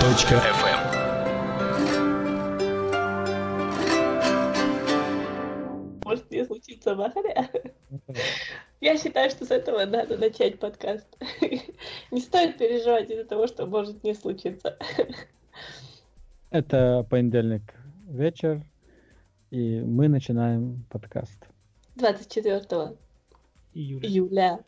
Podster.fm. Может не случиться махаря. Я считаю, что с этого надо начать подкаст. Не стоит переживать из-за того, что может не случиться. Это понедельник вечер, и мы начинаем подкаст. 24 Июля. июля.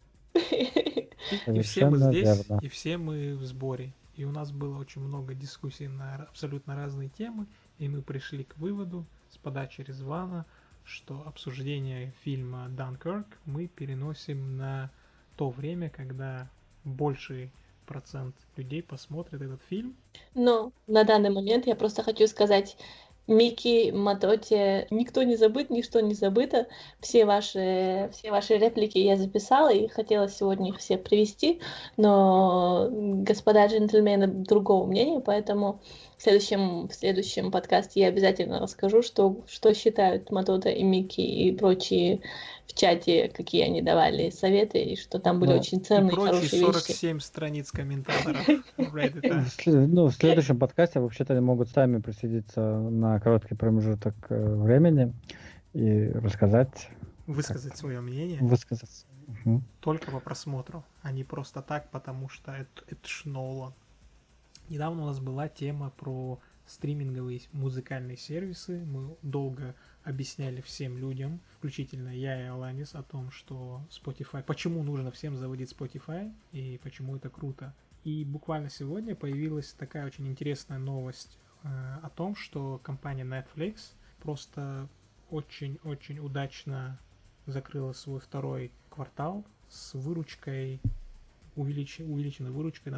И все мы Совершенно здесь, верно. и все мы в сборе. И у нас было очень много дискуссий на абсолютно разные темы, и мы пришли к выводу с подачи Резвана, что обсуждение фильма «Данкерк» мы переносим на то время, когда больший процент людей посмотрит этот фильм. Но на данный момент я просто хочу сказать, Микки, Матоте, никто не забыт, ничто не забыто. Все ваши реплики я записала и хотела сегодня их все привести, но господа джентльмены другого мнения, поэтому в следующем подкасте я обязательно расскажу, что считают Матота и Микки и прочие в чате, какие они давали советы, и что там были очень ценные, и хорошие прочие вещи. 47 страниц комментаторов Reddit. В следующем подкасте вообще-то они могут сами присоединиться на короткий промежуток времени и рассказать, Высказать свое мнение высказаться. Мгм. только по просмотру, а не просто так, потому что это ж Нолан. Недавно у нас была тема про стриминговые музыкальные сервисы. Мы долго объясняли всем людям, включительно я и Аланис, о том, что Spotify, почему нужно всем заводить Spotify и почему это круто. И буквально сегодня появилась такая очень интересная новость о том, что компания Netflix просто очень-очень удачно закрыла свой второй квартал с выручкой, увеличенной выручкой на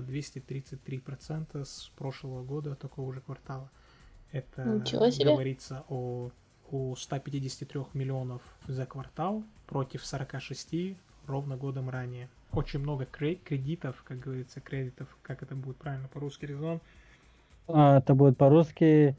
233% с прошлого года такого же квартала. Это Ничего себе. говорится о 153 миллионов за квартал против 46 ровно годом ранее. Очень много кредитов, как говорится, как это будет правильно по-русски, Резон? Это будет по-русски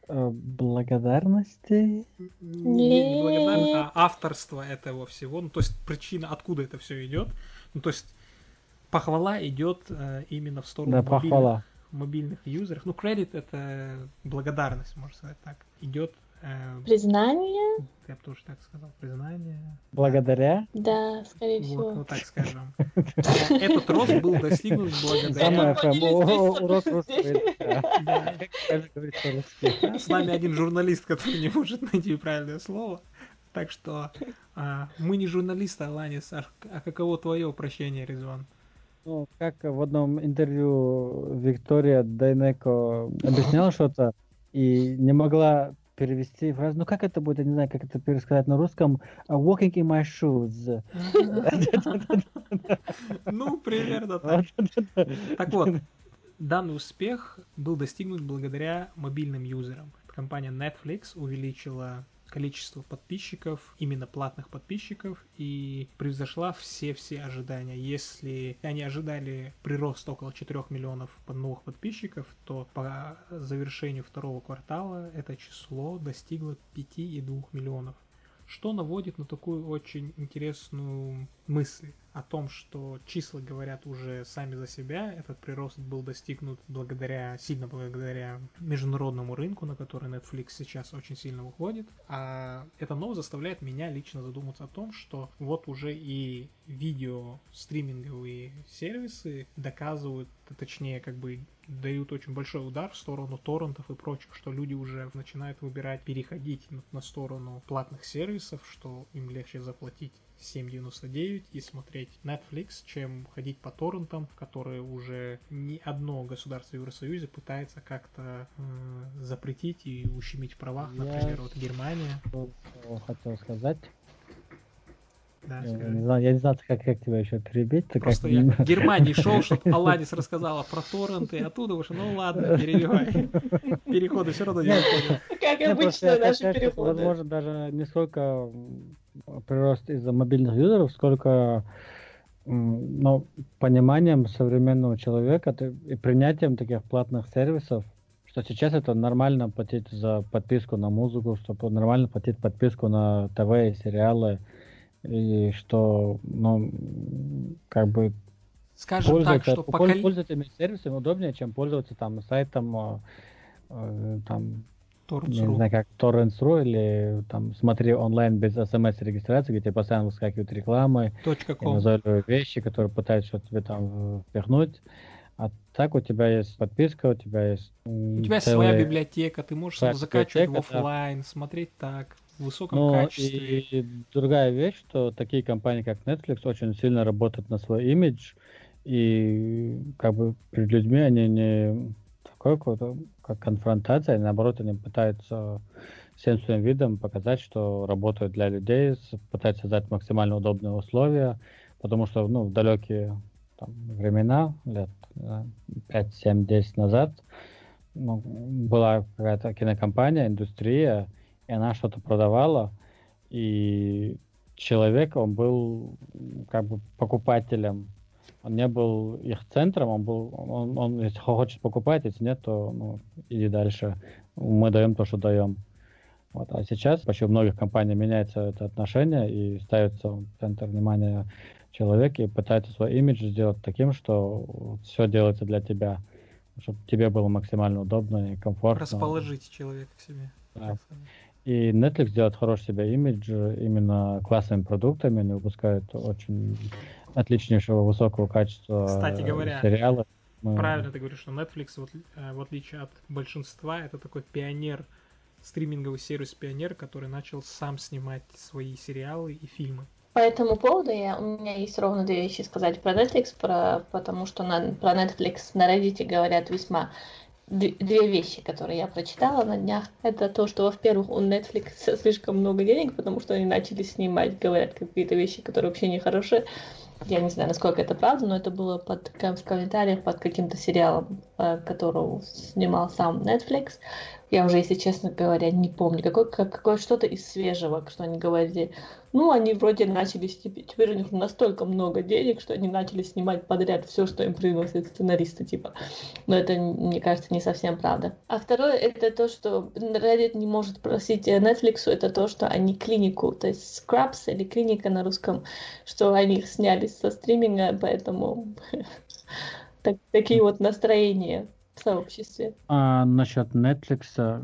благодарности. Не благодарность, а авторство этого всего. Ну, то есть причина, откуда это все идет. Ну, то есть похвала идет именно в сторону Да, похвала. мобильных юзеров. Ну, кредит это благодарность, можно сказать так. Идет, Признание? я бы тоже так сказал, признание. Благодаря. Да, скорее всего. Вот так скажем. Этот рост был достигнут Самое благодаря... урок русского языка. Как правильно говорить по-русски? С нами один журналист, который не может найти правильное слово. Так что мы не журналисты, Аланис, а каково твое прощение, Резван? Ну, как в одном интервью Виктория Дайнеко объясняла что-то и не могла перевести фразу. Ну, как это будет, я не знаю, как это пересказать на русском. Walking in my shoes. Ну, примерно так. Так вот, данный успех был достигнут благодаря мобильным юзерам. Компания Netflix увеличила количество подписчиков, именно платных подписчиков, и превзошла все ожидания. Если они ожидали прирост около 4 миллионов новых подписчиков, то по завершению второго квартала это число достигло 5,2 миллионов. Что наводит на такую очень интересную мысль о том, что числа говорят уже сами за себя. Этот прирост был достигнут сильно благодаря международному рынку, на который Netflix сейчас очень сильно выходит. А эта новость заставляет меня лично задуматься о том, что вот уже и видео-стриминговые сервисы доказывают, точнее, как бы дают очень большой удар в сторону торрентов и прочих, что люди уже начинают выбирать, переходить на сторону платных сервисов, что им легче заплатить $7.99 и смотреть Netflix, чем ходить по торрентам, которые уже ни одно государство в Евросоюзе пытается как-то запретить и ущемить в правах, например, вот Германия. Что хотел сказать. Да, Я не знал, как тебя еще перебить. Просто я в Германии шел, чтобы Аладис рассказала про торренты, оттуда вышел, ну ладно, перебивай. Переходы все равно не выходят. Как обычно наши переходы. Возможно, даже не сколько прирост из-за мобильных юзеров, сколько пониманием современного человека и принятием таких платных сервисов, что сейчас это нормально платить за подписку на музыку, что нормально платить подписку на ТВ и сериалы, и что, как бы Скажем так, что пользоваться этими сервисами удобнее, чем пользоваться там сайтом там, не знаю, как Torrents.ru или там смотри онлайн без смс-регистрации, где тебе постоянно выскакивают рекламы и назойливые вещи, которые пытаются что-то тебе там впихнуть. А так у тебя есть подписка, у тебя есть... У тебя своя библиотека, ты можешь закачивать в офлайн, смотреть так, в высоком качестве. И другая вещь, что такие компании, как Netflix, очень сильно работают на свой имидж, и как бы перед людьми они не такой какой-то, как конфронтация, а наоборот, они пытаются всем своим видом показать, что работают для людей, пытаются создать максимально удобные условия, потому что в далекие там, времена, лет 5, 7, 10 назад, была какая-то кинокомпания, индустрия, и она что-то продавала, и человек, он был как бы покупателем, он не был их центром, он если хочет покупать, если нет, то иди дальше, мы даем то, что даем. Вот. А сейчас почти у многих компаний меняется это отношение и ставится в центр внимания человек и пытается свой имидж сделать таким, что все делается для тебя, чтобы тебе было максимально удобно и комфортно. Расположить человека к себе. Да. И Netflix делает хороший себе имидж именно классными продуктами, они выпускают очень отличнейшего высокого качества Кстати говоря, сериалы. Правильно ты говоришь, что Netflix, в отличие от большинства, это такой пионер, стриминговый сервис пионер, который начал сам снимать свои сериалы и фильмы. По этому поводу у меня есть ровно две вещи сказать про Netflix, потому что про Netflix на Reddit говорят весьма две вещи, которые я прочитала на днях. Это то, что, во-первых, у Netflix слишком много денег, потому что они начали снимать, говорят, какие-то вещи, которые вообще не хорошие. Я не знаю, насколько это правда, но это было в комментариях под каким-то сериалом, который снимал сам Netflix. Я уже, если честно говоря, не помню. Какое что-то из свежего, что они говорили. Они вроде начали, теперь у них настолько много денег, что они начали снимать подряд все, что им приносят сценаристы, типа. Но это, мне кажется, не совсем правда. А второе, это то, что Reddit не может просить Netflix, это то, что они клинику, то есть Scrubs или клиника на русском, что они их сняли со стриминга, поэтому такие вот настроения в сообществе. А насчет Netflix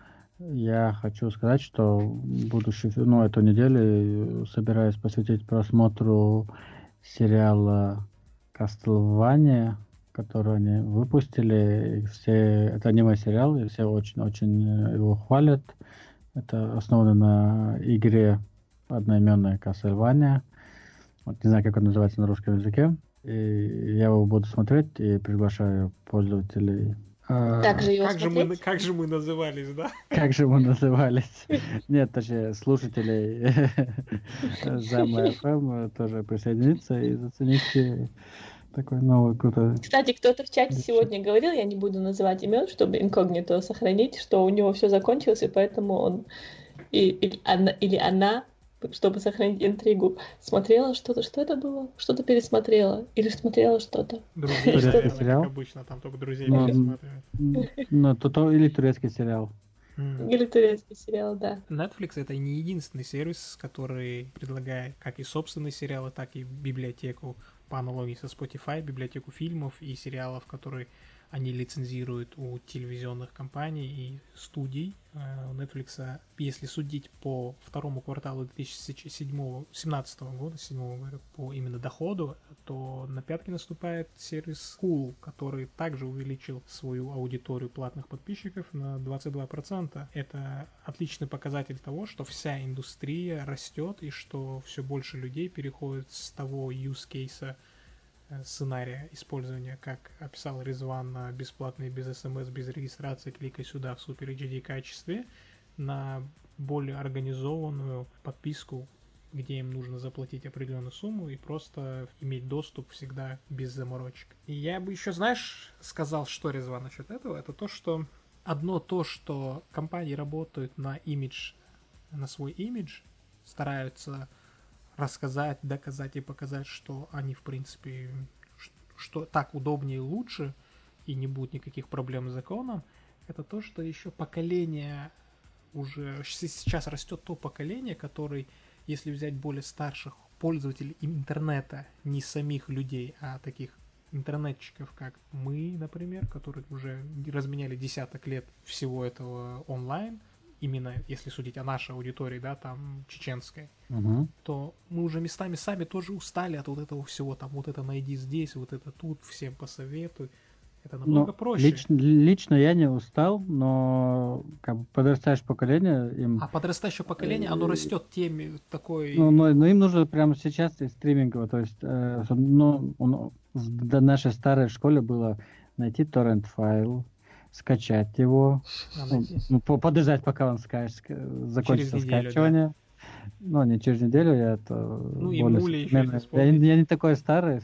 я хочу сказать, что эту неделю собираюсь посвятить просмотру сериала Castlevania, который они выпустили. Это аниме-сериал, и все очень-очень его хвалят. Это основано на игре одноименной Castlevania. Не знаю, как он называется на русском языке. И я его буду смотреть и приглашаю пользователей. Как же мы назывались, да? Как же мы назывались? Нет, точнее, слушателей Зама ФМ тоже присоединиться и заценить такой новый крутой... Кстати, кто-то в чате сегодня говорил, я не буду называть имен, чтобы инкогнито сохранить, что у него все закончилось, и поэтому он или она, чтобы сохранить интригу, смотрела что-то. Что это было? Что-то пересмотрела? Или смотрела что-то? Друзей сериал? Как обычно, там только друзей пересматривают. Или турецкий сериал. Или турецкий сериал, да. Netflix — это не единственный сервис, который предлагает как и собственные сериалы, так и библиотеку по аналогии со Spotify, библиотеку фильмов и сериалов, которые они лицензируют у телевизионных компаний и студий. У Netflix, если судить по второму кварталу 2017 года, по именно доходу, то на пятки наступает сервис Hulu, который также увеличил свою аудиторию платных подписчиков на 22%. Это отличный показатель того, что вся индустрия растет и что все больше людей переходит с того use case сценария использования, как описал Резван, на бесплатные, без смс, без регистрации, кликай сюда в Super HD качестве, на более организованную подписку, где им нужно заплатить определенную сумму и просто иметь доступ всегда без заморочек. И я бы еще, сказал, что Резван насчет этого, это то, что что компании работают на свой имидж, стараются рассказать, доказать и показать, что они, в принципе, что так удобнее и лучше, и не будет никаких проблем с законом, это то, что еще поколение, уже сейчас растет то поколение, которое, если взять более старших пользователей интернета, не самих людей, а таких интернетчиков, как мы, например, которые уже разменяли десяток лет всего этого онлайн, именно если судить о нашей аудитории, да, там, чеченской, то мы уже местами сами тоже устали от вот этого всего, там, вот это найди здесь, вот это тут, всем посоветуй. Это намного проще. Лично я не устал, но как бы подрастающее поколение им... А подрастающее поколение, оно растет теми такой... но им нужно прямо сейчас и стримингово, то есть в нашей старой школе было найти торрент-файл, скачать его, подождать, пока он закончится скачивание. Да? Ну, не через неделю, я это... Ну, и мули еще я не такой старый,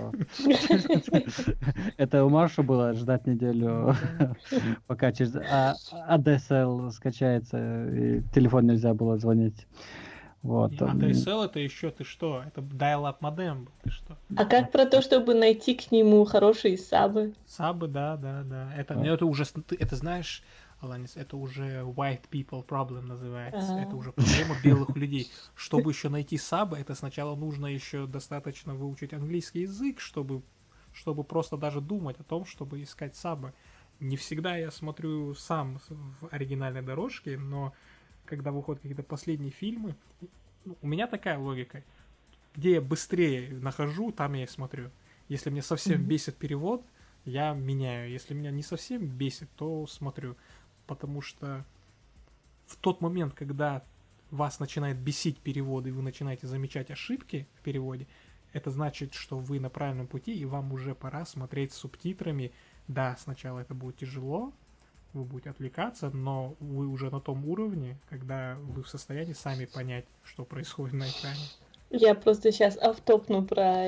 это у Марша было ждать неделю, пока через ADSL скачается, и телефон нельзя было звонить. Вот. ADSL это еще, ты что? Это dial-up модем, ты что? А как про то, чтобы найти к нему хорошие сабы? Сабы, да. Это уже, это знаешь... Аланис, это уже white people problem называется. Это уже проблема белых людей. Чтобы еще найти сабы, это сначала нужно еще достаточно выучить английский язык, чтобы просто даже думать о том, чтобы искать сабы. Не всегда я смотрю сам в оригинальной дорожке, но когда выходят какие-то последние фильмы, у меня такая логика. Где я быстрее нахожу, там я и смотрю. Если меня совсем бесит перевод, я меняю. Если меня не совсем бесит, то смотрю. Потому что в тот момент, когда вас начинает бесить перевод, и вы начинаете замечать ошибки в переводе, это значит, что вы на правильном пути, и вам уже пора смотреть с субтитрами. Да, сначала это будет тяжело, вы будете отвлекаться, но вы уже на том уровне, когда вы в состоянии сами понять, что происходит на экране. Я просто сейчас автопну про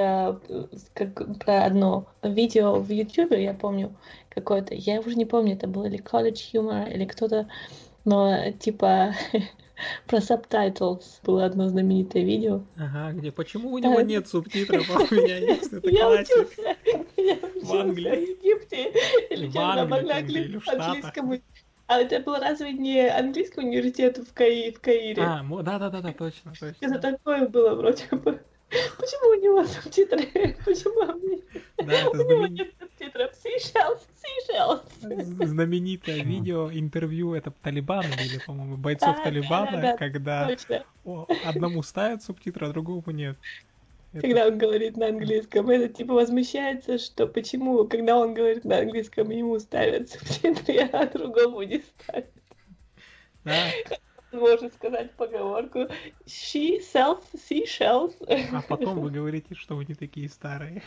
одно видео в YouTube, я помню какое-то, я уже не помню, это было ли College Humor или кто-то, но типа про subtitles было одно знаменитое видео. Ага, где почему у него нет субтитров, а у меня есть, это классика. В Англии. В Египте. Или в Англии, в Штатах. А это был разве не английский университет в Каире? Да, точно. Это такое было вроде бы. Почему у него субтитры? Почему у него нет субтитров? Seashells. Знаменитое видео, интервью, это Талибана или, по-моему, бойцов Талибана, когда одному ставят субтитры, а другому нет. Когда он говорит на английском, это типа возмущается, что почему, когда он говорит на английском, ему ставят субтитры, а другому не ставят. Да. Можно сказать поговорку she sells seashells. А потом вы говорите, что вы не такие старые.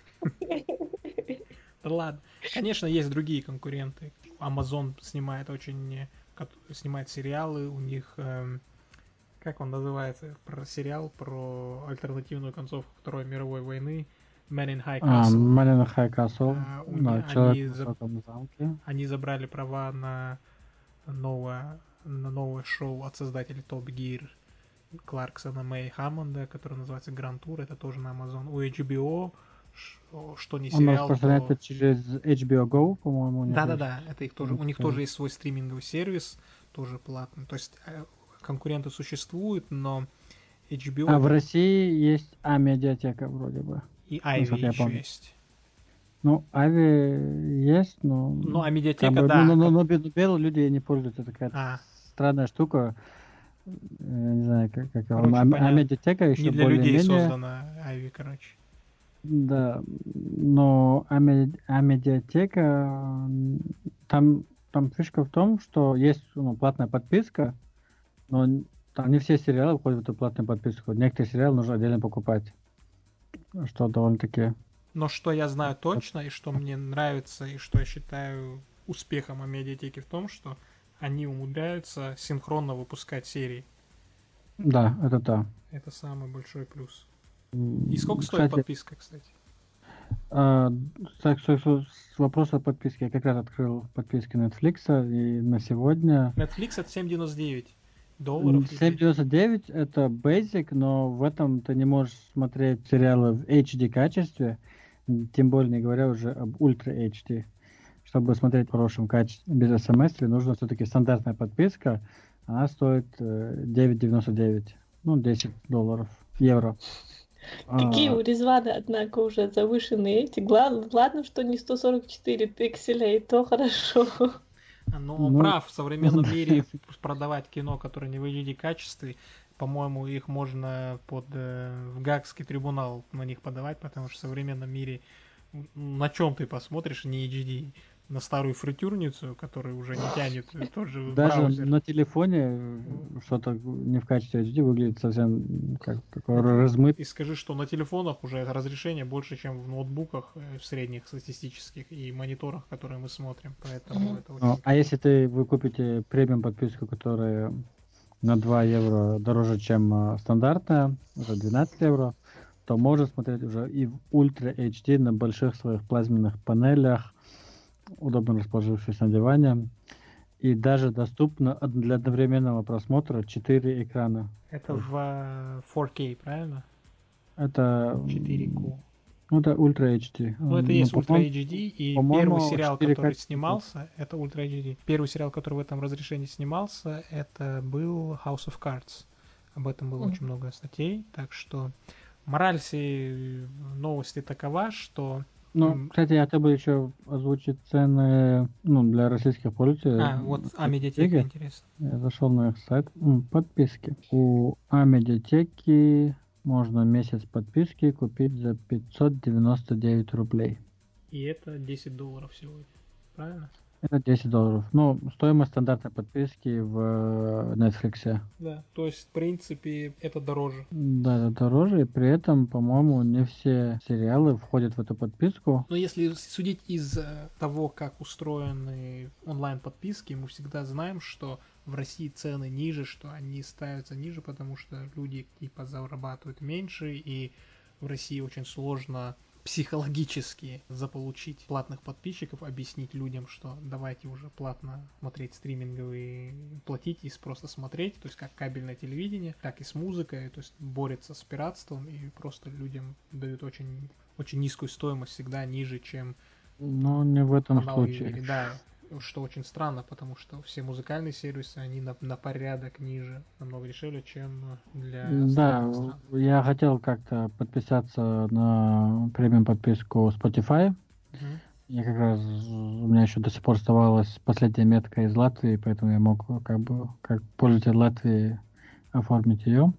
Да ладно. Конечно, есть другие конкуренты. Amazon снимает сериалы, у них... Как он называется? Про сериал про альтернативную концовку Второй мировой войны. Man in High Castle. Man in High Castle. Они забрали права на новое шоу от создателей Top Gear Кларксона Мэй Хаммонда, которое называется Grand Tour. Это тоже на Amazon. У HBO, что не сериал, он распространяется через HBO Go, по-моему. Да. Это их тоже. У них тоже есть свой стриминговый сервис, тоже платный. То есть конкуренты существуют, но HBO... А в России есть медиатека вроде бы. И Айви еще есть. Ну, Айви есть, но... Ну, а медиатека, да. Но белые люди не пользуются. Это какая-то странная штука. Я не знаю, как медиатека еще не для людей создана Айви, короче. Да, но медиатека... Там фишка в том, что есть платная подписка, но там не все сериалы входят в эту платную подписку. Некоторые сериалы нужно отдельно покупать. Что довольно-таки... Но что я знаю точно, и что мне нравится, и что я считаю успехом медиатеки в том, что они умудряются синхронно выпускать серии. Да, это да. Это самый большой плюс. И сколько стоит подписка, кстати? С вопроса подписки. Я как раз открыл подписки Netflix, и на сегодня... Netflix это $7.99. $7.99 это basic, но в этом ты не можешь смотреть сериалы в HD качестве, тем более не говоря уже об Ultra HD. Чтобы смотреть в хорошем качестве без смс, нужна все-таки стандартная подписка, она стоит $9.99. ну, $10, евро. Какие у Резвана, однако, уже завышенные эти. Ладно, что не 144 пикселя, и то хорошо. Но он прав, в современном мире продавать кино, которое не в HD качестве, по-моему, их можно в Гаагский трибунал на них подавать, потому что в современном мире на чем ты посмотришь не HD? На старую фритюрницу, которая уже не тянет тот же Даже браузер. на телефоне что-то не в качестве HD выглядит совсем как такой размыт. И скажи, что на телефонах уже разрешение больше, чем в ноутбуках в средних статистических и мониторах, которые мы смотрим. Поэтому это очень... А если вы купите премиум подписку, которая на 2 евро дороже, чем стандартная, уже 12 евро, то можно смотреть уже и в Ultra HD на больших своих плазменных панелях, удобно расположившись на диване. И даже доступно для одновременного просмотра 4 экрана. Это в 4K, правильно? Это 4Q. Ну, это Ultra HD. Ну, это есть Ultra HD, и первый сериал, 4К который снимался, это Ultra HD. Первый сериал, который в этом разрешении снимался, это был House of Cards. Об этом было очень много статей, так что мораль всей новости такова, что... Ну, кстати, я хотел бы еще озвучить цены для российских пользователей. Вот Амедиатека, интересно. Я зашел на их сайт. Подписки. У Амедиатеки можно месяц подписки купить за 599 рублей. И это $10 сегодня, правильно? Это $10. Ну, стоимость стандартной подписки в Netflix. Да, то есть, в принципе, это дороже. Да, это дороже, и при этом, по-моему, не все сериалы входят в эту подписку. Но если судить из того, как устроены онлайн-подписки, мы всегда знаем, что в России цены ниже, что они ставятся ниже, потому что люди типа зарабатывают меньше, и в России очень сложно психологически заполучить платных подписчиков, объяснить людям, что давайте уже платно смотреть стриминговые, платить и просто смотреть, то есть как кабельное телевидение, так и с музыкой, то есть борется с пиратством и просто людям дают очень, очень низкую стоимость, всегда ниже, чем Но не в этом аналоги случае. мире. Да, что очень странно, потому что все музыкальные сервисы, они на порядок ниже, намного дешевле, чем для Да, остальных стран. я хотел как-то подписаться на премиум подписку Spotify. Я как раз, у меня еще до сих пор оставалась последняя метка из Латвии, поэтому я мог как пользователь Латвии оформить ее.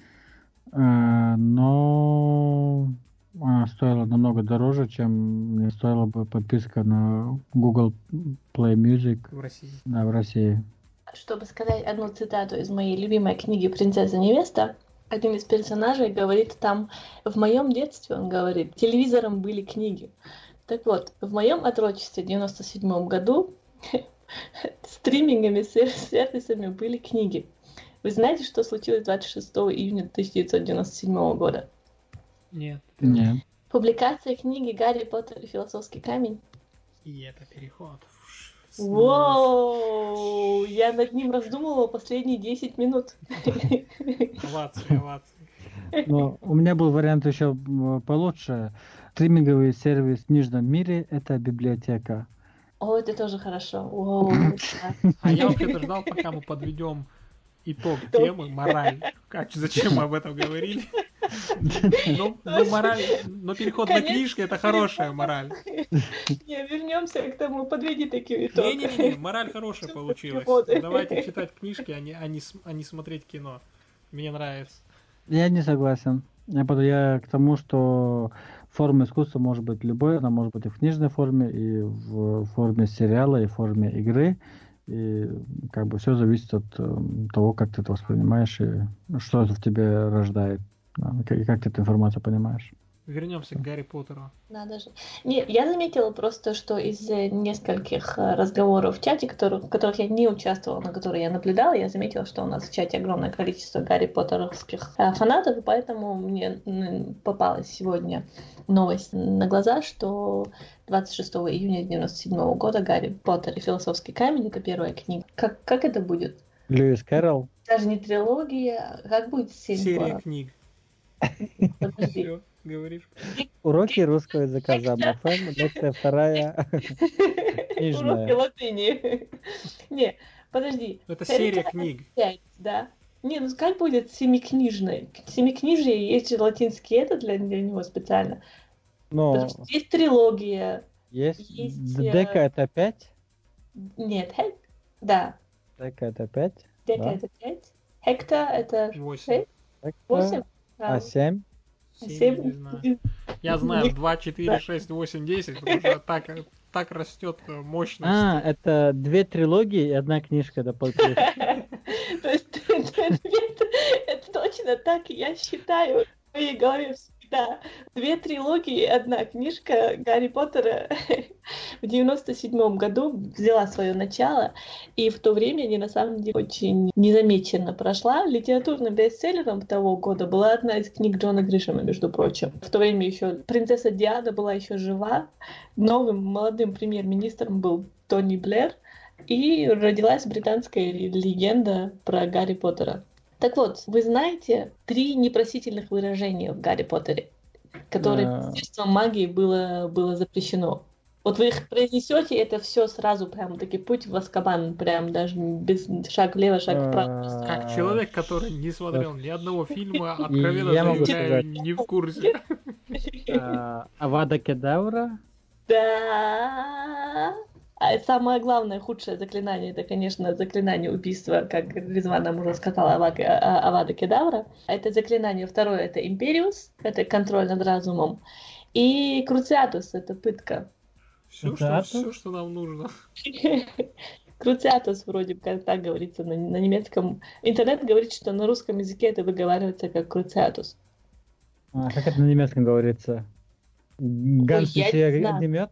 Но она стоила намного дороже, чем мне стоила бы подписка на Google Play Music В России. в России. Чтобы сказать одну цитату из моей любимой книги «Принцесса-невеста», один из персонажей говорит там: в моем детстве, он говорит, телевизором были книги. Так вот, в моем отрочестве в 97 году стриминговыми сервисами были книги. Вы знаете, что случилось 26 июня 1997 года? Нет. Нет. Публикация книги «Гарри Поттер и философский камень». И это переход. Воу! Я над ним раздумывала последние 10 минут. Овации. Но у меня был вариант еще получше. Стриминговый сервис в Нижнем мире — это библиотека. О, это тоже хорошо. Воу, да. А я вообще-то ждал, пока мы подведем итог темы, мораль. Зачем мы об этом говорили? Но переход на книжки — это хорошая мораль. Не, вернемся к тому, подведи такие итоги. Не, мораль хорошая получилась. Давайте читать книжки, а не смотреть кино. Мне нравится. Я не согласен. Я к тому, что форма искусства может быть любой. Она может быть и в книжной форме, и в форме сериала, и в форме игры. И как бы все зависит от того, как ты это воспринимаешь и что это в тебе рождает. И как ты эту информацию понимаешь. Вернемся к Гарри Поттеру. Надо же. Не, я заметила просто, что из нескольких разговоров в чате, в которых я не участвовала, на которые я наблюдала, я заметила, что у нас в чате огромное количество Гарри Поттеровских фанатов, и поэтому мне попалась сегодня новость на глаза, что 26 июня 1997 года «Гарри Поттер и философский камень» — это первая книга. Как это будет? Льюис Кэрролл? Даже не трилогия, как будет серия книг. Подожди. Все, говоришь. Уроки русского языка за МФМ, лекция 2, книжная. Уроки латыни. Не, подожди. Это серия книг. 5, да? Не, ну как будет семикнижный? Семикнижие есть же латинский это для него специально. Потому Но что есть трилогия, есть есть... дека это 5, Нет, да, дека это 5, дека да, это 5, хекта это 8. 8, а 7, 7 я не знаю. Я знаю 2, 4, 6, 8, 10, потому что так растет мощность. это 2 трилогии и 1 книжка, да, под ключ. То есть это точно так я считаю в моей голове всегда. 2 трилогии, 1 книжка Гарри Поттера в 97 году взяла свое начало, и в то время они на самом деле очень незамеченно прошла. Литературным бестселлером того года была одна из книг Джона Гришема, между прочим. В то время еще принцесса Диана была еще жива. Новым молодым премьер-министром был Тони Блэр, и родилась британская легенда про Гарри Поттера. Так вот, вы знаете 3 непростительных выражения в Гарри Поттере, которые Министерством магии было запрещено. Вот вы их произнесете, это все сразу прям таки путь в Азкабан, прям даже без шаг влево, шаг вправо. Как человек, который не смотрел ни одного фильма, Я откровенно могу заявляю, сказать. не в курсе. Авада Кедавра. Да. А самое главное, худшее заклинание, это, конечно, заклинание убийства, как Резван нам уже сказала, Авада Кедавра. Это заклинание. Второе — это Империус, это контроль над разумом. И Круциатус — это пытка. Все, что нам нужно. Круциатус вроде как так говорится на немецком. Интернет говорит, что на русском языке это выговаривается как Круциатус. Как это на немецком говорится? Ганс я не знаю. огнемет?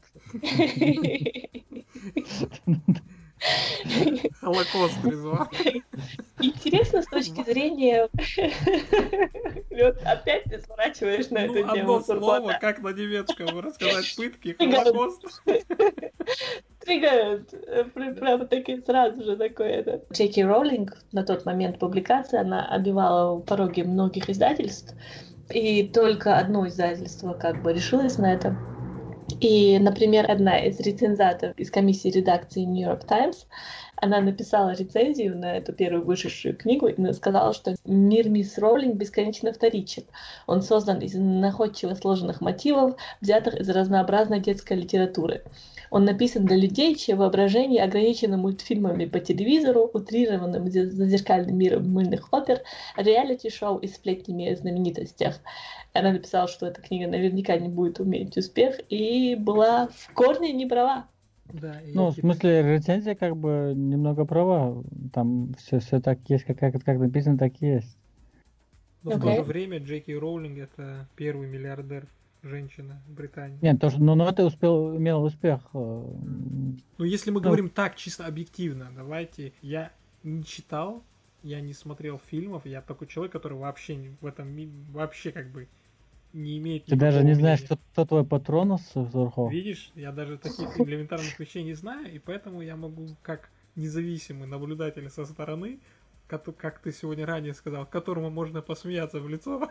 Холокост Резван. Интересно с точки зрения... Вот опять ты сворачиваешь на эту тему. Одно слово, как на немецком рассказать пытки, Холокост. Триггерит. Прямо таки сразу же такое. Джей Кей Роулинг на тот момент публикации, она обивала пороги многих издательств, и только одно издательство как бы решилось на это. И, например, одна из рецензаторов из комиссии редакции New York Times, она написала рецензию на эту первую вышедшую книгу и сказала, что мир мисс Роулинг бесконечно вторичен. Он создан из находчиво сложенных мотивов, взятых из разнообразной детской литературы. Он написан для людей, чье воображение ограничено мультфильмами по телевизору, утрированным зазеркальным миром мыльных опер, реалити-шоу и сплетнями о знаменитостях. Она написала, что эта книга наверняка не будет иметь успех, и была в корне не права. Да, в смысле, рецензия как бы немного права. Там все так есть, как написано, так и есть. Но в то же время Джей Кей Роулинг это первый миллиардер женщина в Британии. Нет, но это имел успех. Если мы говорим так, чисто объективно, давайте, я не читал, я не смотрел фильмов, я такой человек, который вообще в этом вообще как бы не имеет Ты даже не знаешь, кто твой патронус сверху. Видишь, я даже таких элементарных вещей не знаю, и поэтому я могу как независимый наблюдатель со стороны, как ты сегодня ранее сказал, которому можно посмеяться в лицо.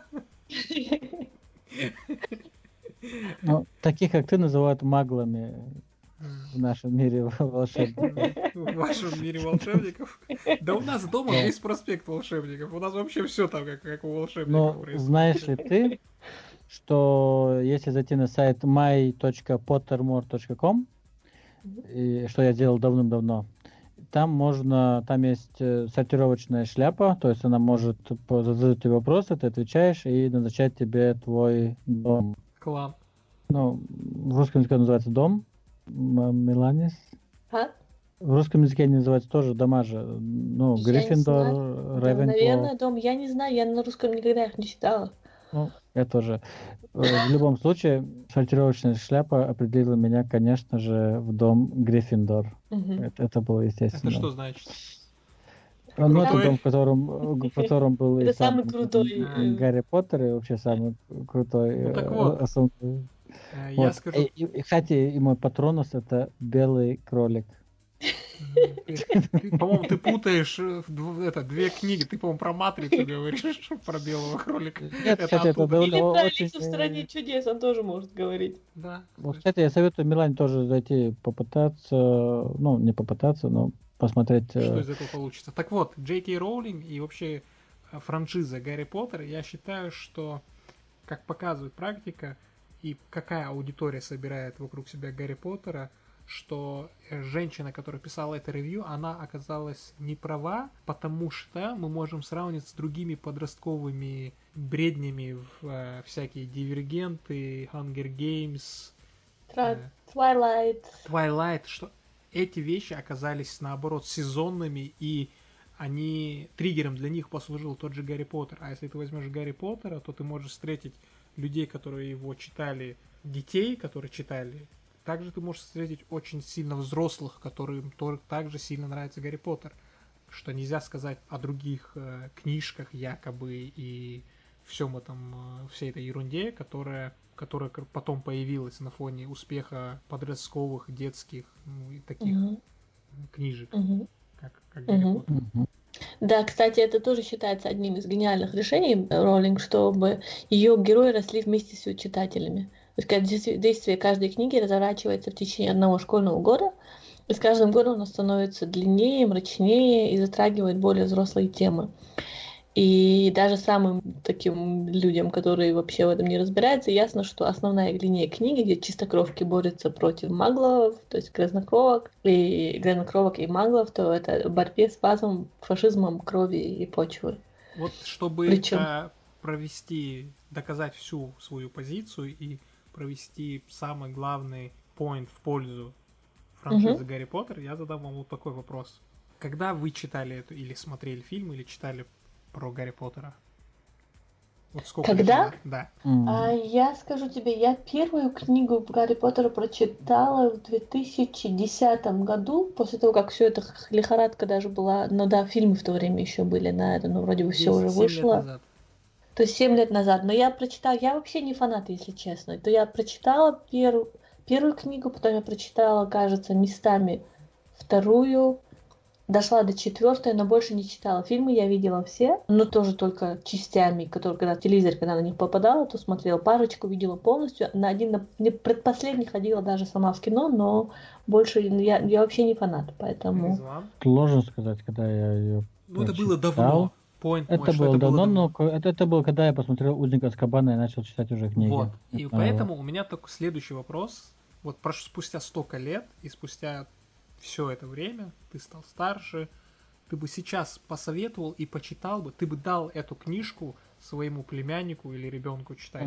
Таких, как ты, называют маглами в нашем мире волшебников. В вашем мире волшебников? Да у нас дома весь проспект волшебников. У нас вообще все там, как у волшебников происходит. Знаешь ли ты, что если зайти на сайт my.pottermore.com, что я делал давным-давно, там есть сортировочная шляпа, то есть она может задать тебе вопросы, ты отвечаешь и назначать тебе твой дом. Клан. В русском языке называется дом. Меланис. В русском языке они называются тоже дома же. Гриффиндор, Рейвенклоу. Наверное, дом. Я не знаю, я на русском никогда их не читала. Я тоже. В любом случае, сортировочная шляпа определила меня, конечно же, в дом Гриффиндор. Это было естественно. Это что значит? Это дом, в котором был и самый крутой Гарри Поттер, и вообще самый крутой. Так вот. Я скажу... И, кстати, и мой патронус — это белый кролик. По-моему, ты путаешь две книги. Ты, по-моему, про Матрицу говоришь, про белого кролика. Нет, кстати, это или про Алису в стране чудес, он тоже может говорить. Да. Кстати, я советую Милане тоже зайти попытаться, не попытаться, но посмотреть... Что из этого получится. Так вот, Джей Кей Роулинг и вообще франшиза Гарри Поттер, я считаю, что, как показывает практика, и какая аудитория собирает вокруг себя Гарри Поттера, что женщина, которая писала это ревью, она оказалась не права, потому что мы можем сравнить с другими подростковыми бреднями в всякие Дивергенты, Hunger Games, Twilight, что эти вещи оказались, наоборот, сезонными, и они триггером для них послужил тот же Гарри Поттер. А если ты возьмешь Гарри Поттера, то ты можешь встретить людей, которые его читали, детей, которые читали. Также ты можешь встретить очень сильно взрослых, которым также сильно нравится Гарри Поттер. Что нельзя сказать о других книжках якобы и всем этом, всей этой ерунде, которая потом появилась на фоне успеха подростковых, детских, и таких книжек, как Гарри Поттер. Да, кстати, это тоже считается одним из гениальных решений Роллинг, чтобы ее герои росли вместе с ее читателями. То есть действие каждой книги разворачивается в течение одного школьного года, и с каждым годом оно становится длиннее, мрачнее и затрагивает более взрослые темы. И даже самым таким людям, которые вообще в этом не разбираются, ясно, что основная линия книги, где чистокровки борются против маглов, то есть грязнокровок и маглов, то это борьбе с базовым фашизмом крови и почвы. Вот чтобы доказать всю свою позицию и провести самый главный point в пользу франшизы Гарри Поттер, я задам вам вот такой вопрос. Когда вы читали это, или смотрели фильм, или читали про Гарри Поттера? Вот сколько Когда? Да. Я скажу тебе, я первую книгу Гарри Поттера прочитала в 2010 году, после того, как все это лихорадка даже была, ну да, фильмы в то время еще были на это, но вроде бы все уже вышло. 7 лет назад. То есть 7 лет назад. Но я прочитала, я вообще не фанат, если честно. То я прочитала первую книгу, потом я прочитала, кажется, местами вторую, дошла до 4, но больше не читала. Фильмы я видела все, но тоже только частями, которые, когда телевизор, когда на них попадала, то смотрела парочку, видела полностью. На предпоследний ходила даже сама в кино, но больше я вообще не фанат, поэтому... Сложно сказать, когда я ее это было давно. Это было давно, но это было, когда я посмотрел «Узника Азкабана» и начал читать уже книги. Вот. И поэтому у меня только следующий вопрос. Вот спустя столько лет и спустя все это время, ты стал старше, ты бы сейчас посоветовал и почитал бы, ты бы дал эту книжку своему племяннику или ребенку читать?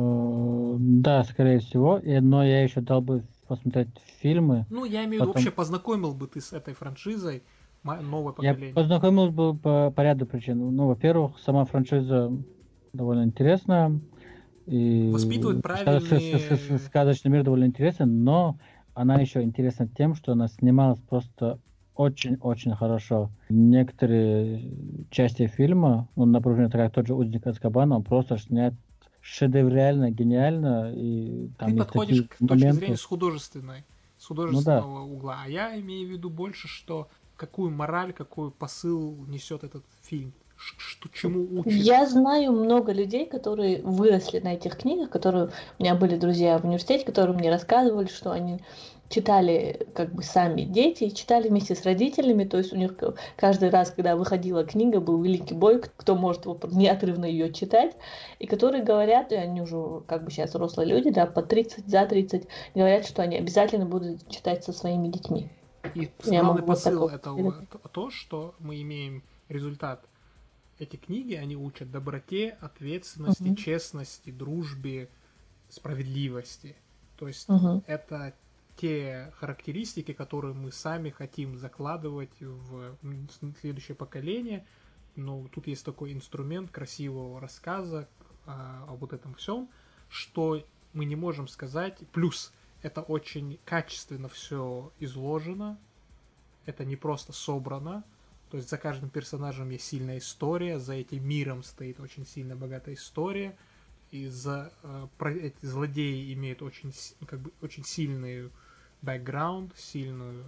Да, скорее всего, но я еще дал бы посмотреть фильмы. Ну, я имею в виду, вообще познакомил бы ты с этой франшизой новое поколение? Я познакомил бы по ряду причин. Ну, во-первых, сама франшиза довольно интересная. И воспитывает правильные... Сказочный мир довольно интересен, но она еще интересна тем, что она снималась просто очень-очень хорошо. Некоторые части фильма, например, как тот же «Узник Азкабана», он просто снят шедеврально, гениально. И там ты подходишь к точке зрения с художественного угла. А я имею в виду больше, что какую мораль, какой посыл несет этот фильм. Чему учит? Я знаю много людей, которые выросли на этих книгах, которые у меня были друзья в университете, которые мне рассказывали, что они читали как бы сами дети, и читали вместе с родителями, то есть у них каждый раз, когда выходила книга, был великий бой, кто может неотрывно ее читать, и которые говорят, и они уже как бы сейчас взрослые люди, да, по 30, за 30, говорят, что они обязательно будут читать со своими детьми. И главный посыл это то, что мы имеем результат. Эти книги, они учат доброте, ответственности, честности, дружбе, справедливости. То есть это те характеристики, которые мы сами хотим закладывать в следующее поколение. Но тут есть такой инструмент красивого рассказа о вот этом всем, что мы не можем сказать. Плюс это очень качественно все изложено. Это не просто собрано. То есть за каждым персонажем есть сильная история, за этим миром стоит очень сильно богатая история, и эти злодеи имеют очень сильный бэкграунд, сильный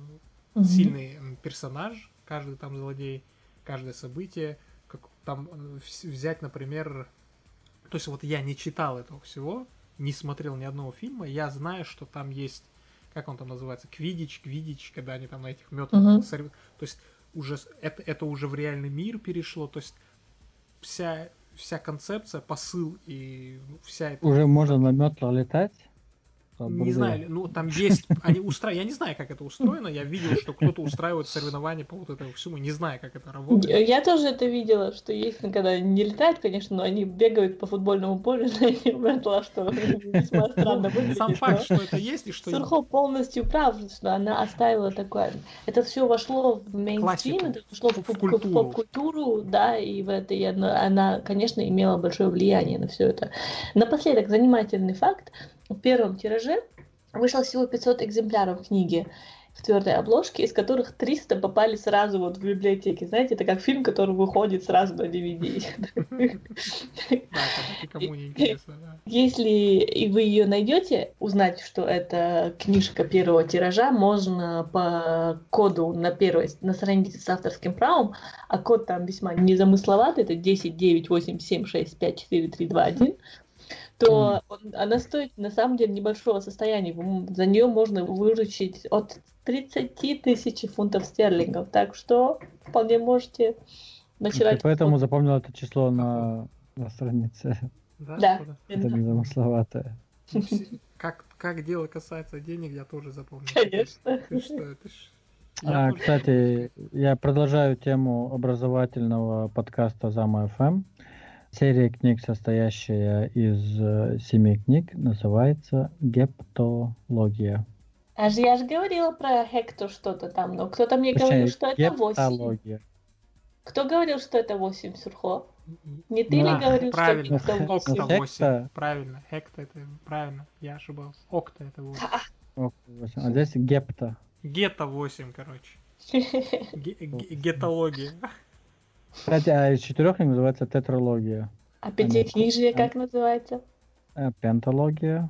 персонаж, каждый там злодей, каждое событие. Как там взять, например, то есть вот я не читал этого всего, не смотрел ни одного фильма, я знаю, что там есть, как он там называется, квиддич, когда они там на этих метлах соревнуются. То есть уже это уже в реальный мир перешло, то есть вся концепция, посыл и вся эта... Уже можно на метлах летать? Не знаю, ну там есть, я не знаю, как это устроено, я видел, что кто-то устраивает соревнования по вот этому всему, не знаю, как это работает. Я тоже это видела, что есть, когда не летают, конечно, но они бегают по футбольному полю на метлах, что весьма странно выглядит. Сам факт, что это есть и что... Сурхо полностью прав, что она оставила такое. Это все вошло в мейнстрим, это вошло в поп-культуру, да, и в это она, конечно, имела большое влияние на все это. Напоследок, занимательный факт. В первом тираже вышло всего 500 экземпляров книги в твердой обложке, из которых 300 попали сразу вот в библиотеки. Знаете, это как фильм, который выходит сразу на DVD. Никому не интересно, да. Если вы ее найдете, узнать, что это книжка первого тиража, можно по коду на странице с авторским правом, а код там весьма незамысловатый, это 10 9 8 7 6 5 4 3 2 1, то она стоит на самом деле небольшого состояния. За нее можно выручить от 30 тысяч фунтов стерлингов. Так что вполне можете начинать. Ты поэтому запомнил это число на странице. Да. Это незамысловатое. Как дело касается денег, я тоже запомнил. Конечно. Ты что? Кстати, я продолжаю тему образовательного подкаста Зама ФМ. Серия книг, состоящая из 7 книг, называется «Гептология». Я же говорила про Хектор что-то там, но кто-то мне говорил, что это 8. Кто говорил, что это 8, Сурхо? Не ты ли говорил, правильно, что это 8? Окта 8. Правильно, Хекта это правильно, я ошибался. Окта это 8. А здесь Гепта. Гета 8, короче. Гетология. Кстати, а из 4 книг называется тетралогия. А пятикнижие как называется? Пенталогия.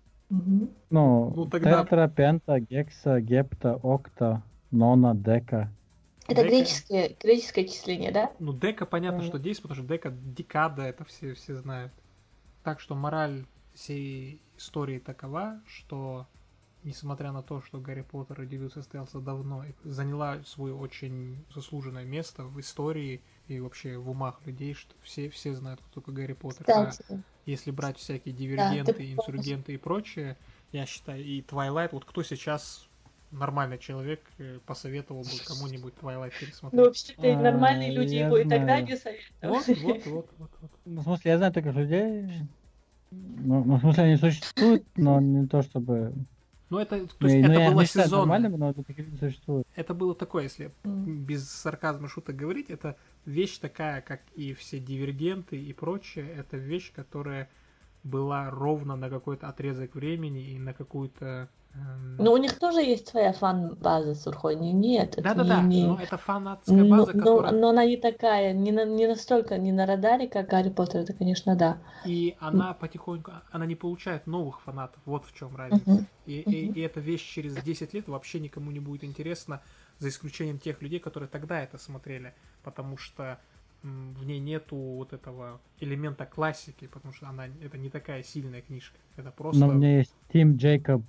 Ну, тогда... тетра, пента, гекса, гепта, окта, нона, дека. Это греческое числение, да? Ну, дека понятно, что действует, потому что дека, декада, это все знают. Так что мораль всей истории такова, что несмотря на то, что Гарри Поттер и дебют состоялся давно и заняла свое очень заслуженное место в истории и вообще в умах людей, что все знают, кто такой Гарри Поттер. Кстати, а если брать всякие дивергенты, инсургенты и прочее, я считаю, и Twilight, вот кто сейчас нормальный человек посоветовал бы кому-нибудь Twilight пересмотреть? Ну, вообще-то нормальные люди его и тогда не советуют. Вот. Ну, в смысле, я знаю таких людей. Ну, в смысле, они существуют, но не то чтобы... Ну, это было сезонно. Но это таких не существует. Это было такое, если без сарказма шуток говорить, это вещь такая, как и все дивергенты и прочее, это вещь, которая была ровно на какой-то отрезок времени и на какую-то... Но у них тоже есть своя фан-база, Сурхой. Нет, да-да-да, но это фанатская база, которая... Но она не такая, не настолько не на радаре, как Гарри Поттер, это, конечно, да. И она потихоньку, она не получает новых фанатов, вот в чем разница. И эта вещь через 10 лет вообще никому не будет интересна, за исключением тех людей, которые тогда это смотрели, потому что в ней нету вот этого элемента классики, потому что это не такая сильная книжка. Это просто... Но у меня есть Тим Джейкоб,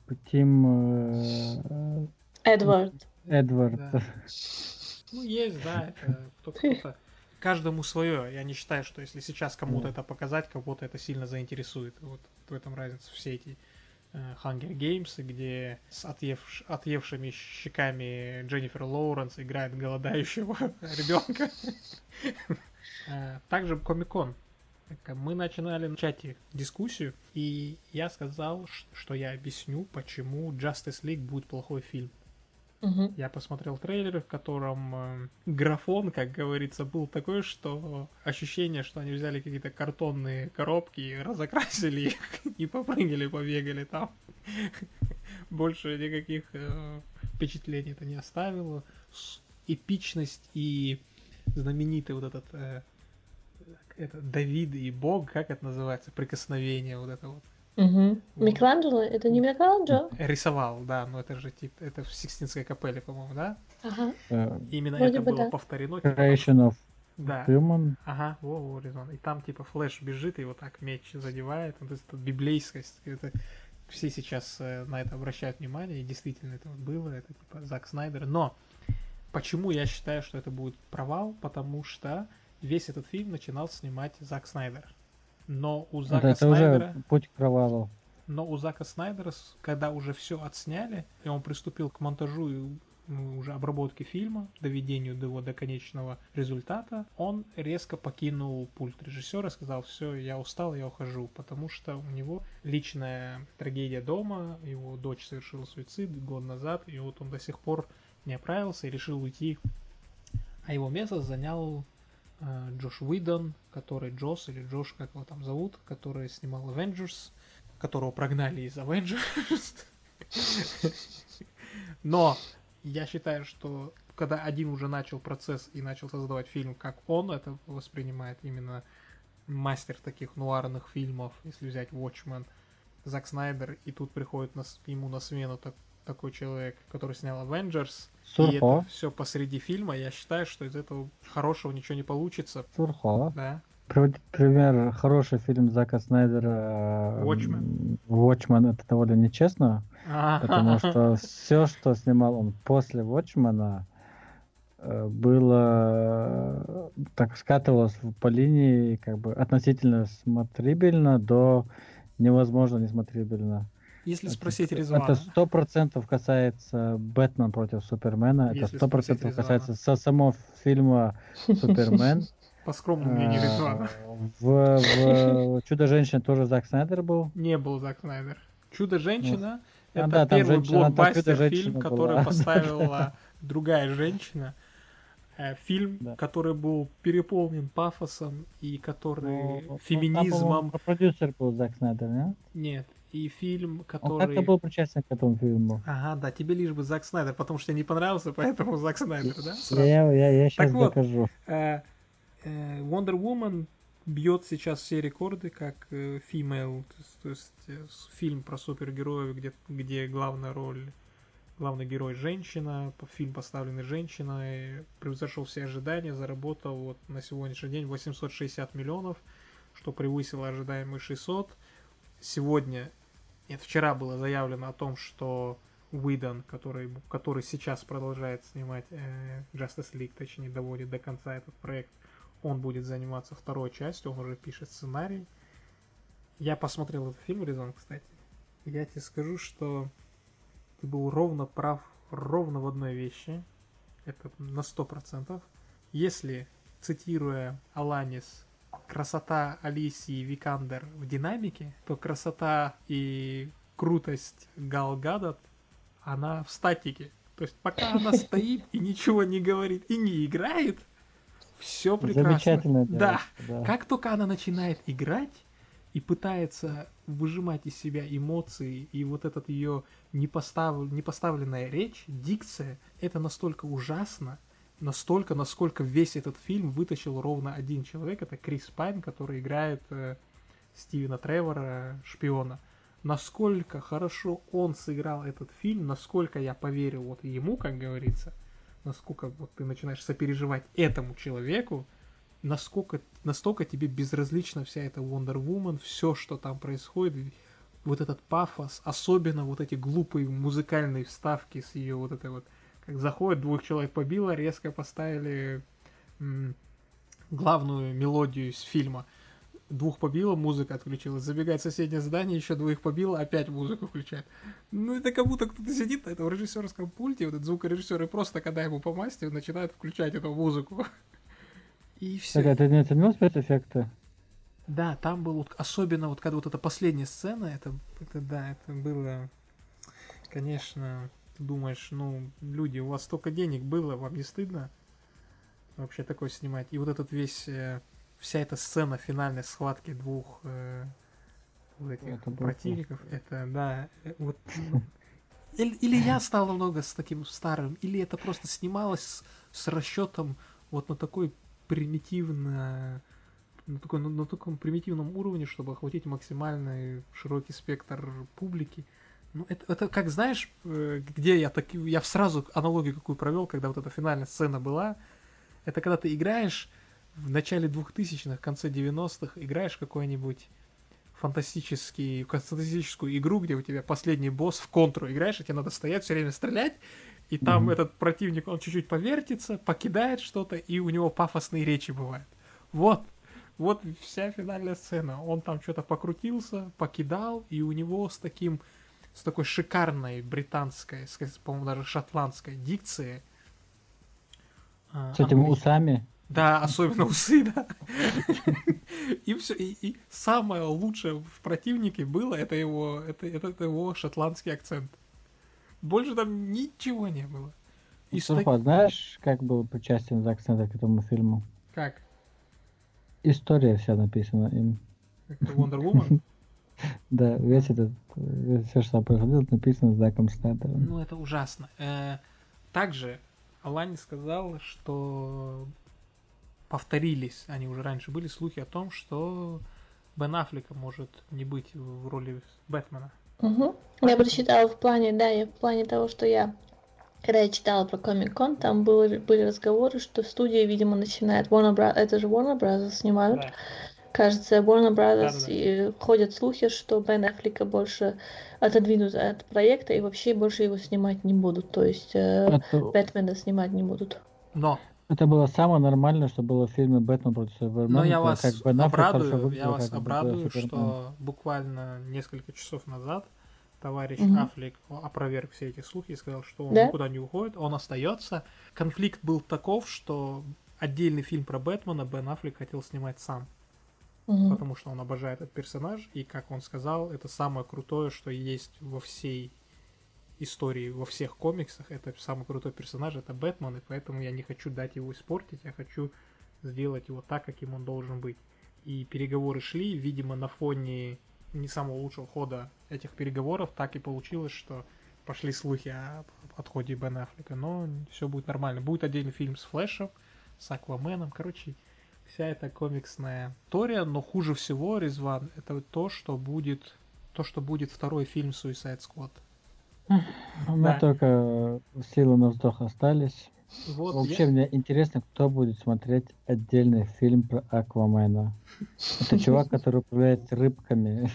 Эдвард. Да. Ну, есть, да, это кто-то. Каждому свое. Я не считаю, что если сейчас кому-то это показать, кого-то это сильно заинтересует. Вот в этом разница. Все эти Hunger Games, где с отъевшими щеками Дженнифер Лоуренс играет голодающего ребенка. Также Комик-кон. Мы начинали в чате дискуссию, и я сказал, что я объясню, почему Justice League будет плохой фильм. Я посмотрел трейлер, в котором графон, как говорится, был такой, что ощущение, что они взяли какие-то картонные коробки, разокрасили их и попрыгали, побегали там. Больше никаких впечатлений это не оставило. Эпичность и знаменитый вот этот Давид и Бог, как это называется, прикосновение вот это вот. Микеланджело? Это не Микеланджело? Рисовал, да, но это же типа, это в Сикстинской капелле, по-моему, да? Ага. Именно Вроде это бы было да. повторено. Creation of Да. Human. Ага, Horizon. И там типа Флэш бежит и вот так меч задевает. Вот это библейскость. Это все сейчас на это обращают внимание, и действительно это вот было, это типа Зак Снайдер. Но почему я считаю, что это будет провал? Потому что весь этот фильм начинал снимать Зак Снайдер. Но у Это, Зака это Снайдера... уже путь к провалу. Но у Зака Снайдера, когда уже все отсняли, и он приступил к монтажу и уже обработке фильма, доведению до его до конечного результата, он резко покинул пульт режиссера и сказал: все, я устал, я ухожу, потому что у него личная трагедия дома, его дочь совершила суицид год назад, и вот он до сих пор не оправился и решил уйти. А его место занял Джош Уидон, который Джос или Джош, как его там зовут, который снимал Avengers, которого прогнали из Avengers. Но я считаю, что когда один уже начал процесс и начал создавать фильм, как он это воспринимает, именно мастер таких нуарных фильмов, если взять Watchmen, Зак Снайдер, и тут приходит ему на смену такой человек, который снял Avengers, и это все посреди фильма, я считаю, что из этого хорошего ничего не получится. Да. Пример, хороший фильм Зака Снайдера Watchmen, это довольно нечестно, потому что все, что снимал он после Watchmen'а, было так скатывалось по линии как бы относительно смотрибельно до невозможно несмотрибельно. Если спросить Резвана. Это 100% касается Бэтмен против Супермена, это 100% касается самого фильма Супермен. По скромному мнению Резвана. В «Чудо-женщине» тоже Зак Снайдер был? Не был Зак Снайдер. «Чудо-женщина» — это первый блокбастер-фильм, который поставила другая женщина. Фильм, который был переполнен пафосом и который феминизмом. Продюсер был Зак Снайдер, нет? Нет. И фильм, который... Он как-то был причастен к этому фильму. Ага, да, тебе лишь бы Зак Снайдер, потому что тебе не понравился, поэтому Зак Снайдер, да? Я сейчас докажу. Wonder Woman бьет сейчас все рекорды как female, то есть фильм про супергероев, где главная роль, главный герой женщина, фильм поставленный женщиной, превзошел все ожидания, заработал вот на сегодняшний день 860 миллионов, что превысило ожидаемые 600. Вчера было заявлено о том, что Уидон, который сейчас продолжает снимать Justice League, точнее доводит до конца этот проект, он будет заниматься второй частью, он уже пишет сценарий. Я посмотрел этот фильм, Резон, кстати. Я тебе скажу, что ты был ровно прав, ровно в одной вещи. Это на 100%. Если, цитируя Аланис, красота Алисии Викандер в динамике, то красота и крутость Гал Гадот, она в статике. То есть пока она стоит и ничего не говорит и не играет, все прекрасно. Замечательно. Да. Как только она начинает играть и пытается выжимать из себя эмоции, и вот этот ее непоставленная речь, дикция, это настолько ужасно, настолько, насколько весь этот фильм вытащил ровно один человек, это Крис Пайн, который играет Стивена Тревора, шпиона. Насколько хорошо он сыграл этот фильм, насколько я поверил вот ему, как говорится, насколько вот ты начинаешь сопереживать этому человеку, настолько тебе безразлична вся эта Wonder Woman, все, что там происходит, вот этот пафос, особенно вот эти глупые музыкальные вставки с ее вот этой вот, как заходит, 2 человек побило, резко поставили главную мелодию из фильма. 2 побило, музыка отключилась. Забегает в соседнее здание, еще 2 побило, опять музыку включает. Ну, это как будто кто-то сидит на этом режиссерском пульте, вот этот звукорежиссер, и просто, когда ему по масти, начинает включать эту музыку. И все. Так, ты не оценил спецэффекты? Да, там был, особенно вот когда вот эта последняя сцена, это было, конечно, ты думаешь, люди, у вас столько денег было, вам не стыдно вообще такое снимать? И вот этот вся эта сцена финальной схватки 2 вот этих противников, это, да, вот, или я стал намного с таким старым, или это просто снималось с расчетом вот на такой на таком примитивном уровне, чтобы охватить максимальный широкий спектр публики. Ну, это как, знаешь, где я сразу аналогию какую провел, когда вот эта финальная сцена была, это когда ты играешь в начале 2000-х, в конце 90-х, играешь какой-нибудь фантастическую игру, где у тебя последний босс в контру играешь, и тебе надо стоять, все время стрелять, и там этот противник, он чуть-чуть повертится, покидает что-то, и у него пафосные речи бывают. Вот вся финальная сцена. Он там что-то покрутился, покидал, и у него с такой шикарной британской, по-моему, даже шотландской дикцией. С этими усами. Да, особенно усы, да. И все, и самое лучшее в противнике было это его шотландский акцент. Больше там ничего не было. Слушай, знаешь, как был причастен за акцента к этому фильму? Как? История вся написана им. Это Wonder Woman? Да, весь этот, все, что происходило, написано Заком Снайдером. Ну, это ужасно. Также Алани сказал, что повторились, они уже раньше были слухи о том, что Бен Аффлека может не быть в роли Бэтмена. Угу. Я прочитала в плане того, что когда я читала про Комик-кон, там были разговоры, что студия, видимо, начинает это же Warner Bros. Снимают. Да. Кажется, Warner Bros. Да. И ходят слухи, что Бен Аффлека больше отодвинут от проекта и вообще больше его снимать не будут. То есть Бэтмена снимать не будут. Но это было самое нормальное, что было в фильме «Бэтмен против Супермена». Но я вас обрадую, что буквально несколько часов назад товарищ Аффлек опроверг все эти слухи и сказал, что он никуда не уходит, он остается. Конфликт был таков, что отдельный фильм про Бэтмена Бен Аффлек хотел снимать сам. Потому что он обожает этот персонаж, и, как он сказал, это самое крутое, что есть во всей истории, во всех комиксах. Это самый крутой персонаж, это Бэтмен, и поэтому я не хочу дать его испортить, я хочу сделать его так, каким он должен быть. И переговоры шли, видимо, на фоне не самого лучшего хода этих переговоров так и получилось, что пошли слухи о отходе Бена Аффлека, но все будет нормально. Будет отдельный фильм с Флэшем, с Акваменом, короче, вся эта комиксная история, но хуже всего, Резван, это то, что будет второй фильм Suicide Squad. Мы только силы на вздох остались. Вот вообще мне интересно, кто будет смотреть отдельный фильм про Аквамена. Это чувак, который управляет рыбками.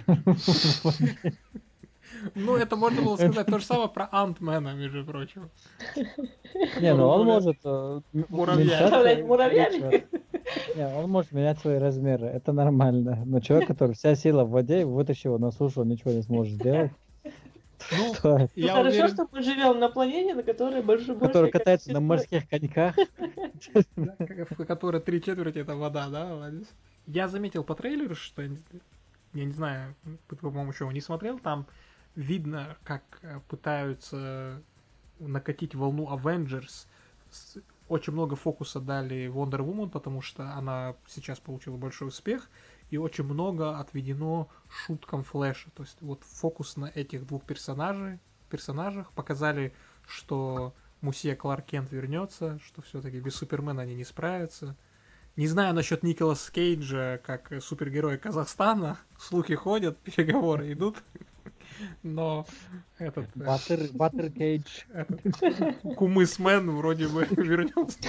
Ну, это можно было сказать то же самое про Антмена, между прочим. Не, ну он может муравьями. Не, он может менять свои размеры, это нормально. Но человек, который вся сила в воде, вытащи его на сушу, он ничего не сможет сделать. Ну, я хорошо, уверен, что мы живем на планете, на которой больше который катается на морских коньках. в которой 3/4 это вода, да, Владис? Я заметил по трейлеру, что я не знаю, по-моему, еще не смотрел, там видно, как пытаются накатить волну Avengers. Очень много фокуса дали Wonder Woman, потому что она сейчас получила большой успех, и очень много отведено шуткам Флэша. То есть вот фокус на этих двух персонажах показали, что Мусье Кларк Кент вернется, что все-таки без Супермена они не справятся. Не знаю насчет Николаса Кейджа как супергероя Казахстана, слухи ходят, переговоры идут, но этот... Баттер Кейдж. Кумысмен вроде бы вернется.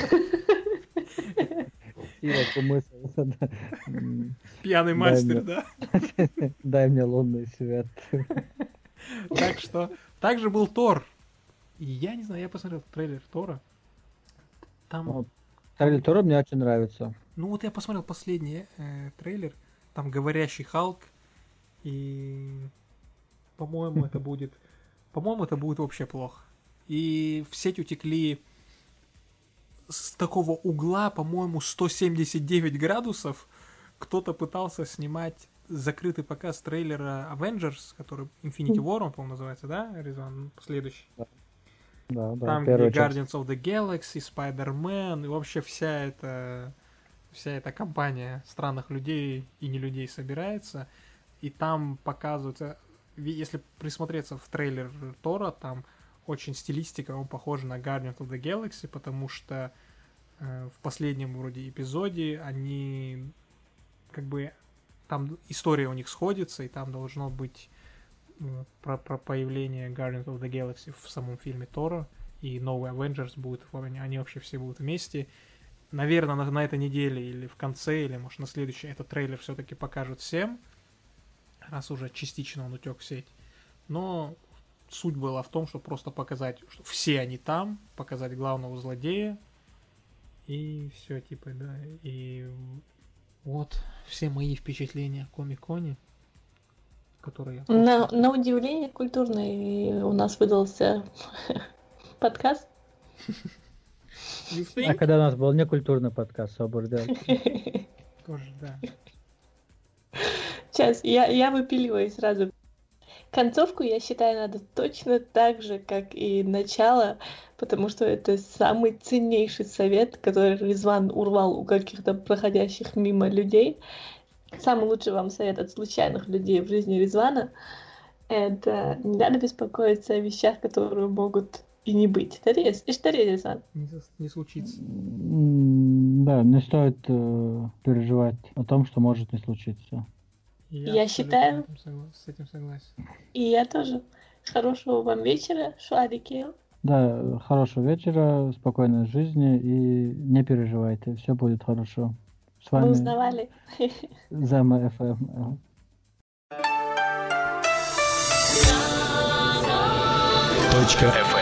Пьяный мастер, да? Дай мне лунный свет. Так что, также был Тор. И я не знаю, я посмотрел трейлер Тора. Там... Трейлер Тора мне очень нравится. Ну вот я посмотрел последний трейлер. Там говорящий Халк. И... По-моему, это будет вообще плохо. И в сеть утекли с такого угла, по-моему, 179 градусов. Кто-то пытался снимать закрытый показ трейлера Avengers, который Infinity War, он, по-моему, называется, да, Резон? Следующий. Да, там, где Guardians of the Galaxy, Spider-Man, и вообще вся эта компания странных людей и не людей собирается. И там показывается, если присмотреться в трейлер Тора, там очень стилистика, он похож на Guardians of the Galaxy, потому что в последнем вроде эпизоде они как бы там история у них сходится, и там должно быть про появление Guardians of the Galaxy в самом фильме Тора, и новый Avengers будет, они вообще все будут вместе. Наверное, на этой неделе или в конце, или может на следующий этот трейлер все-таки покажут всем, раз уже частично он утек в сеть. Но суть была в том, что просто показать, что все они там, показать главного злодея, и все, типа, да. И Вот все мои впечатления о Комик-Коне, которые... На удивление культурный у нас выдался подкаст. А когда у нас был некультурный подкаст, Собордел. Тоже, да. Сейчас, я выпиливаю сразу. Концовку, я считаю, надо точно так же, как и начало, потому что это самый ценнейший совет, который Резван урвал у каких-то проходящих мимо людей. Самый лучший вам совет от случайных людей в жизни Резвана — это не надо беспокоиться о вещах, которые могут и не быть. Резван. Не случится. Да, не стоит переживать о том, что может не случиться. Я считаю... С этим согласен. И я тоже. Хорошего вам вечера, Шладикел. Да, хорошего вечера, спокойной жизни и не переживайте, все будет хорошо. С вами Мы узнавали. Зама FM. .fm